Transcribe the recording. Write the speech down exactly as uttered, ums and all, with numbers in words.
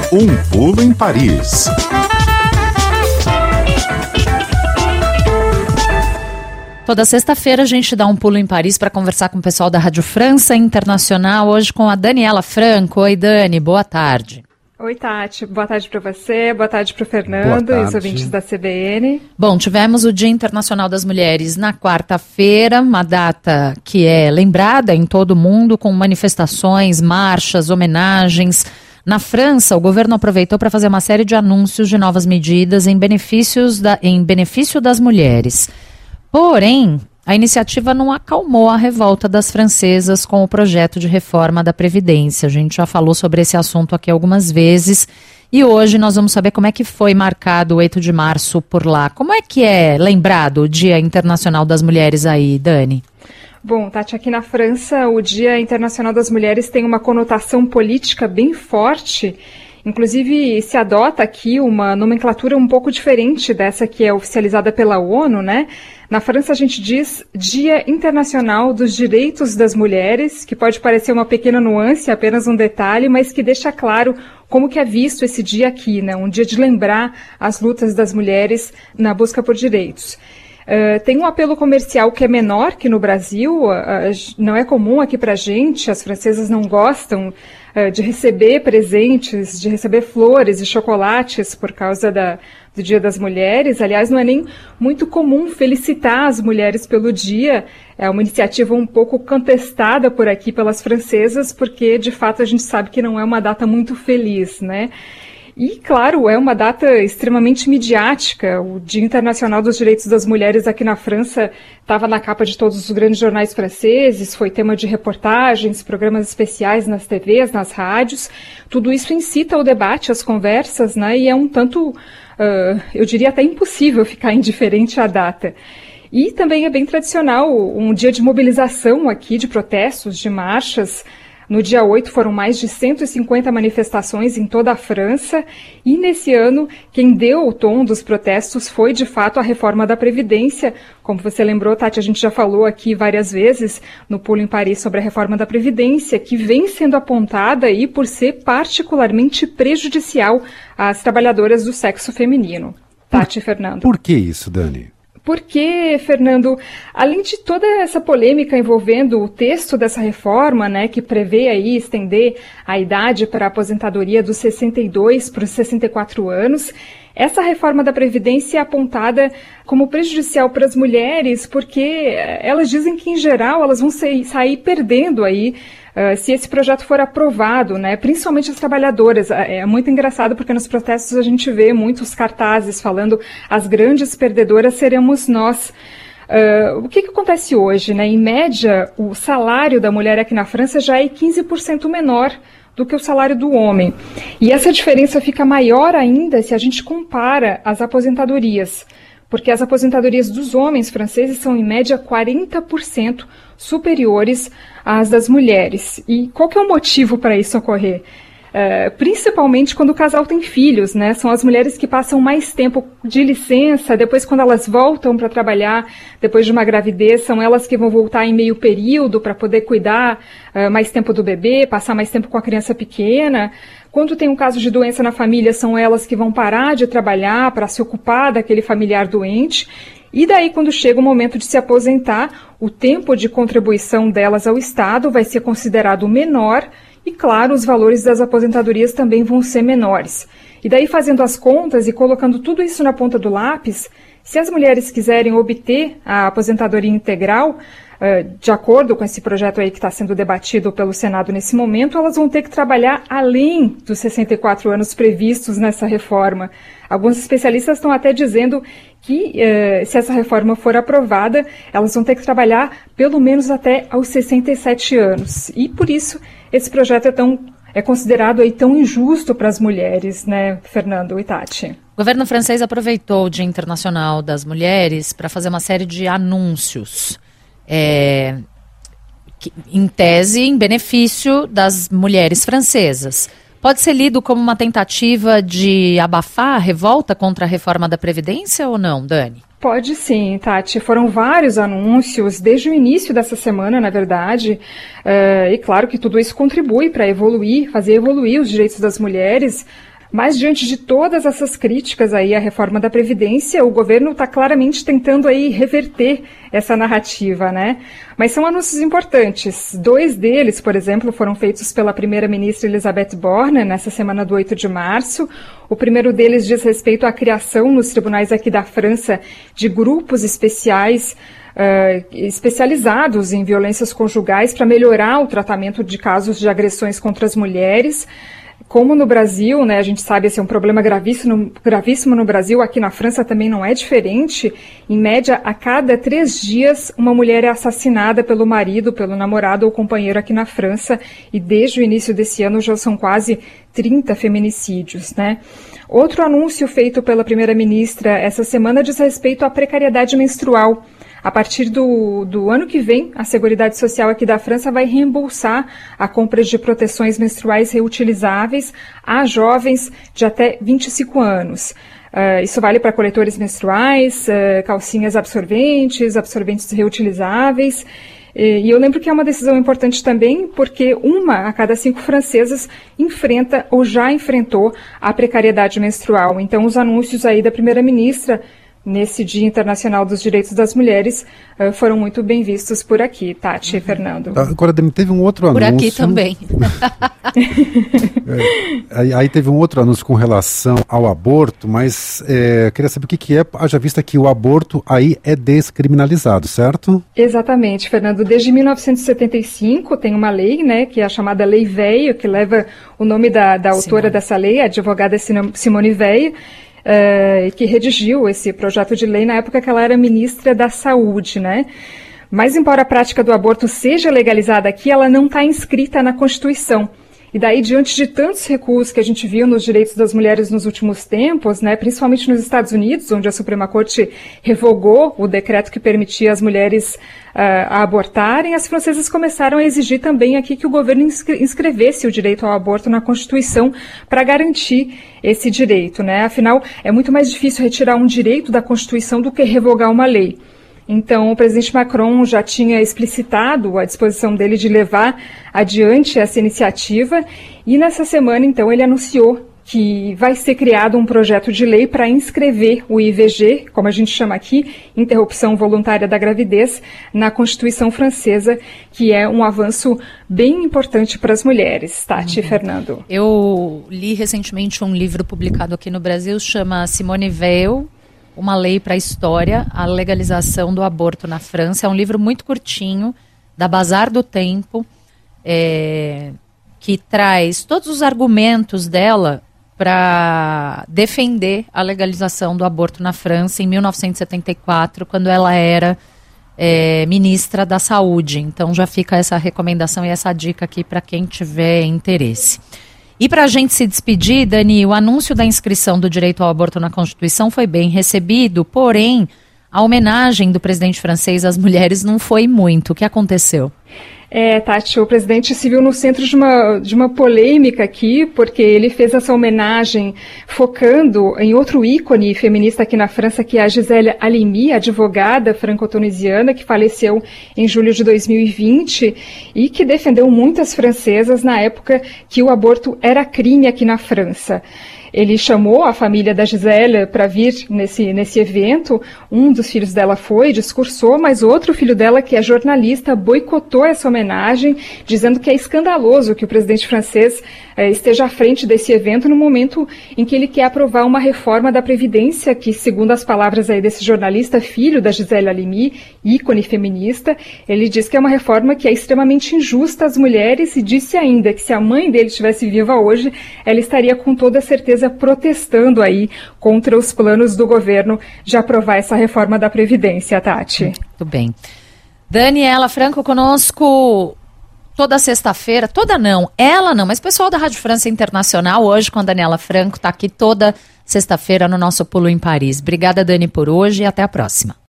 Um pulo em Paris. Toda sexta-feira a gente dá um pulo em Paris para conversar com o pessoal da Rádio França Internacional, hoje com a Daniela Franco. Oi, Dani, boa tarde. Oi, Tati. Boa tarde para você, boa tarde para o Fernando e os ouvintes da C B N. Bom, tivemos o Dia Internacional das Mulheres na quarta-feira, uma data que é lembrada em todo o mundo com manifestações, marchas, homenagens. Na França, o governo aproveitou para fazer uma série de anúncios de novas medidas em, benefícios da, em benefício das mulheres. Porém, a iniciativa não acalmou a revolta das francesas com o projeto de reforma da Previdência. A gente já falou sobre esse assunto aqui algumas vezes e hoje nós vamos saber como é que foi marcado o oito de março por lá. Como é que é lembrado o Dia Internacional das Mulheres aí, Dani? Bom, Tati, aqui na França o Dia Internacional das Mulheres tem uma conotação política bem forte. Inclusive, se adota aqui uma nomenclatura um pouco diferente dessa que é oficializada pela ONU, né? Na França a gente diz Dia Internacional dos Direitos das Mulheres, que pode parecer uma pequena nuance, apenas um detalhe, mas que deixa claro como que é visto esse dia aqui, né? Um dia de lembrar as lutas das mulheres na busca por direitos. Uh, tem um apelo comercial que é menor que no Brasil, uh, não é comum aqui pra gente, as francesas não gostam uh, de receber presentes, de receber flores e chocolates por causa da, do Dia das Mulheres. Aliás, não é nem muito comum felicitar as mulheres pelo dia, é uma iniciativa um pouco contestada por aqui pelas francesas, porque de fato a gente sabe que não é uma data muito feliz, né? E, claro, é uma data extremamente midiática. O Dia Internacional dos Direitos das Mulheres aqui na França estava na capa de todos os grandes jornais franceses, foi tema de reportagens, programas especiais nas T Vs, nas rádios. Tudo isso incita o debate, as conversas, né? E é um tanto, uh, eu diria até impossível ficar indiferente à data. E também é bem tradicional um dia de mobilização aqui, de protestos, de marchas. No dia oito foram mais de cento e cinquenta manifestações em toda a França e nesse ano quem deu o tom dos protestos foi de fato a reforma da Previdência. Como você lembrou, Tati, a gente já falou aqui várias vezes no Pulo em Paris sobre a reforma da Previdência, que vem sendo apontada aí por ser particularmente prejudicial às trabalhadoras do sexo feminino. Tati e Fernando. Por que isso, Dani? Porque, Fernando, além de toda essa polêmica envolvendo o texto dessa reforma, né, que prevê aí estender a idade para a aposentadoria dos sessenta e dois para os sessenta e quatro anos, essa reforma da Previdência é apontada como prejudicial para as mulheres, porque elas dizem que, em geral, elas vão sair perdendo aí uh, se esse projeto for aprovado, né? Principalmente as trabalhadoras. É muito engraçado porque nos protestos a gente vê muitos cartazes falando as grandes perdedoras seremos nós. Uh, o que, que acontece hoje, né? Em média, o salário da mulher aqui na França já é quinze por cento menor do que o salário do homem. E essa diferença fica maior ainda se a gente compara as aposentadorias, porque as aposentadorias dos homens franceses são, em média, quarenta por cento superiores às das mulheres. E qual que é o motivo para isso ocorrer? Uh, principalmente quando o casal tem filhos, né? São as mulheres que passam mais tempo de licença, depois quando elas voltam para trabalhar, depois de uma gravidez, são elas que vão voltar em meio período para poder cuidar uh, mais tempo do bebê, passar mais tempo com a criança pequena. Quando tem um caso de doença na família, são elas que vão parar de trabalhar para se ocupar daquele familiar doente. E daí, quando chega o momento de se aposentar, o tempo de contribuição delas ao Estado vai ser considerado menor. E, claro, os valores das aposentadorias também vão ser menores. E daí, fazendo as contas e colocando tudo isso na ponta do lápis, se as mulheres quiserem obter a aposentadoria integral, de acordo com esse projeto aí que está sendo debatido pelo Senado nesse momento, elas vão ter que trabalhar além dos sessenta e quatro anos previstos nessa reforma. Alguns especialistas estão até dizendo que, eh, se essa reforma for aprovada, elas vão ter que trabalhar pelo menos até aos sessenta e sete anos. E, por isso, esse projeto é, tão, é considerado aí tão injusto para as mulheres, né, Fernando e Tati? O governo francês aproveitou o Dia Internacional das Mulheres para fazer uma série de anúncios. É, que, em tese, em benefício das mulheres francesas. Pode ser lido como uma tentativa de abafar a revolta contra a reforma da Previdência ou não, Dani? Pode sim, Tati. Foram vários anúncios desde o início dessa semana, na verdade. Uh, e claro que tudo isso contribui para evoluir, fazer evoluir os direitos das mulheres. Mas diante de todas essas críticas aí à reforma da Previdência, o governo está claramente tentando aí reverter essa narrativa, né? Mas são anúncios importantes. Dois deles, por exemplo, foram feitos pela primeira-ministra Elisabeth Borne nessa semana do oito de março. O primeiro deles diz respeito à criação nos tribunais aqui da França de grupos especiais Uh, especializados em violências conjugais para melhorar o tratamento de casos de agressões contra as mulheres. Como no Brasil, né, a gente sabe, esse é um problema gravíssimo, gravíssimo no Brasil, aqui na França também não é diferente. Em média, a cada três dias, uma mulher é assassinada pelo marido, pelo namorado ou companheiro aqui na França, e desde o início desse ano já são quase trinta feminicídios, né? Outro anúncio feito pela primeira-ministra essa semana diz respeito à precariedade menstrual. A partir do, do ano que vem, a Seguridade Social aqui da França vai reembolsar a compra de proteções menstruais reutilizáveis a jovens de até vinte e cinco anos. Uh, isso vale para coletores menstruais, uh, calcinhas absorventes, absorventes reutilizáveis. E eu lembro que é uma decisão importante também porque uma a cada cinco francesas enfrenta ou já enfrentou a precariedade menstrual. Então, os anúncios aí da primeira-ministra nesse Dia Internacional dos Direitos das Mulheres, uh, foram muito bem vistos por aqui, Tati e Fernando. Agora, Dani, teve um outro anúncio... Por aqui também. é, aí, aí teve um outro anúncio com relação ao aborto, mas é, queria saber o que, que é, haja vista que o aborto aí é descriminalizado, certo? Exatamente, Fernando. Desde mil novecentos e setenta e cinco tem uma lei, né, que é a chamada Lei Veil, que leva o nome da, da autora Simone. dessa lei, a advogada Simone Veil, Uh, que redigiu esse projeto de lei na época que ela era ministra da Saúde, né? Mas, embora a prática do aborto seja legalizada aqui, ela não está inscrita na Constituição. E daí, diante de tantos recuos que a gente viu nos direitos das mulheres nos últimos tempos, né, principalmente nos Estados Unidos, onde a Suprema Corte revogou o decreto que permitia às mulheres uh, a abortarem, as francesas começaram a exigir também aqui que o governo inscrevesse o direito ao aborto na Constituição para garantir esse direito, né? Afinal, é muito mais difícil retirar um direito da Constituição do que revogar uma lei. Então, o presidente Macron já tinha explicitado a disposição dele de levar adiante essa iniciativa e nessa semana, então, ele anunciou que vai ser criado um projeto de lei para inscrever o I V G, como a gente chama aqui, interrupção voluntária da gravidez, na Constituição francesa, que é um avanço bem importante para as mulheres. Tati, uhum. Fernando. Eu li recentemente um livro publicado aqui no Brasil, chama Simone Veil, Uma Lei para a História, a Legalização do Aborto na França. É um livro muito curtinho, da Bazar do Tempo, é, que traz todos os argumentos dela para defender a legalização do aborto na França em mil novecentos e setenta e quatro, quando ela era é, ministra da Saúde. Então já fica essa recomendação e essa dica aqui para quem tiver interesse. E para a gente se despedir, Dani, o anúncio da inscrição do direito ao aborto na Constituição foi bem recebido, porém, a homenagem do presidente francês às mulheres não foi muito. O que aconteceu? É, Tati, o presidente se viu no centro de uma, de uma polêmica aqui, porque ele fez essa homenagem focando em outro ícone feminista aqui na França, que é a Gisèle Halimi, advogada franco-tunisiana, que faleceu em julho de dois mil e vinte e que defendeu muitas francesas na época que o aborto era crime aqui na França. Ele chamou a família da Gisèle para vir nesse, nesse evento. Um dos filhos dela foi, discursou, mas outro filho dela, que é jornalista, boicotou essa homenagem, dizendo que é escandaloso que o presidente francês eh, esteja à frente desse evento no momento em que ele quer aprovar uma reforma da Previdência, que, segundo as palavras aí desse jornalista, filho da Gisèle Halimi, ícone feminista, ele diz que é uma reforma que é extremamente injusta às mulheres e disse ainda que se a mãe dele estivesse viva hoje, ela estaria com toda certeza protestando aí contra os planos do governo de aprovar essa reforma da Previdência, Tati. Muito bem. Daniela Franco conosco toda sexta-feira, toda não, ela não, mas o pessoal da Rádio França Internacional hoje com a Daniela Franco está aqui toda sexta-feira no nosso Pulo em Paris. Obrigada, Dani, por hoje e até a próxima.